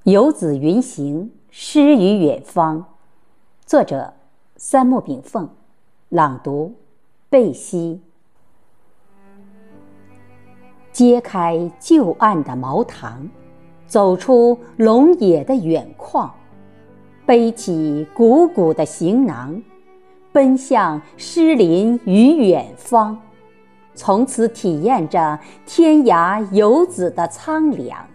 游子云行，诗与远方。作者：三木炳凤。朗读：贝西。揭开旧案的毛堂，走出龙野的远旷，背起鼓鼓的行囊，奔向诗林与远方，从此体验着天涯游子的苍凉。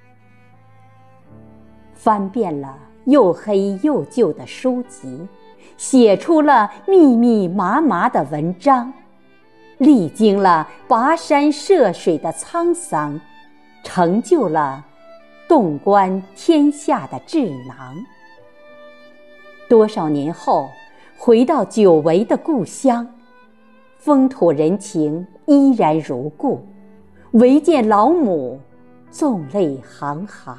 翻遍了又黑又旧的书籍，写出了密密麻麻的文章，历经了跋山涉水的沧桑，成就了洞观天下的智囊。多少年后，回到久违的故乡，风土人情依然如故，唯见老母纵泪行行。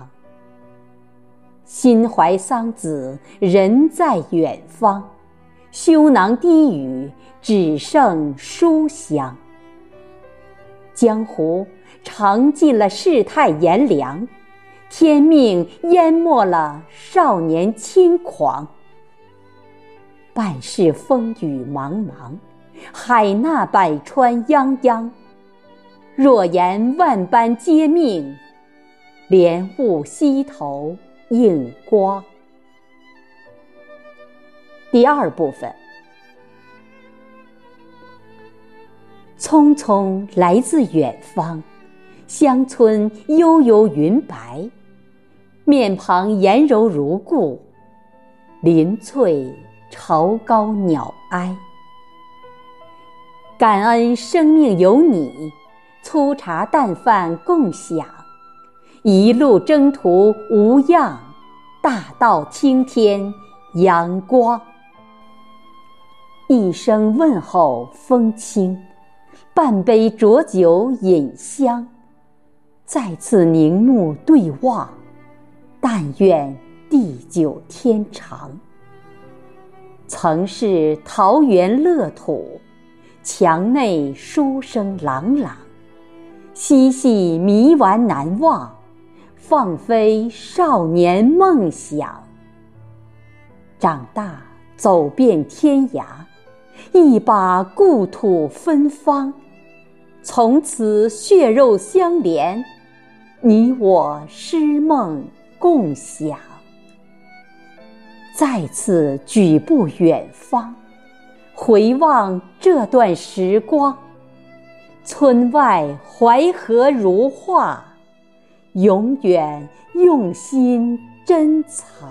心怀桑梓，人在远方，羞囊低语，只剩书香。江湖尝尽了世态炎凉，天命淹没了少年轻狂。半世风雨茫茫，海纳百川泱泱。若言万般皆命，莲雾溪头映光。第二部分。匆匆来自远方，乡村悠悠云白，面庞颜柔如故，林翠巢高鸟哀。感恩生命有你，粗茶淡饭共享，一路征途无恙，大道青天阳光。一声问候风轻，半杯浊酒饮香，再次凝目对望，但愿地久天长。曾是桃源乐土，墙内书声朗朗，嬉戏迷玩难忘，放飞少年梦想。长大走遍天涯，一把故土芬芳，从此血肉相连，你我诗梦共享。再次举步远方，回望这段时光，村外淮河如画，永远用心珍藏。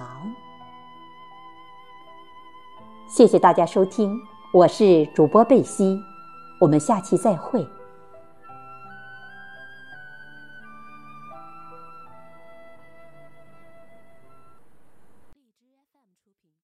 谢谢大家收听，我是主播贝西，我们下期再会。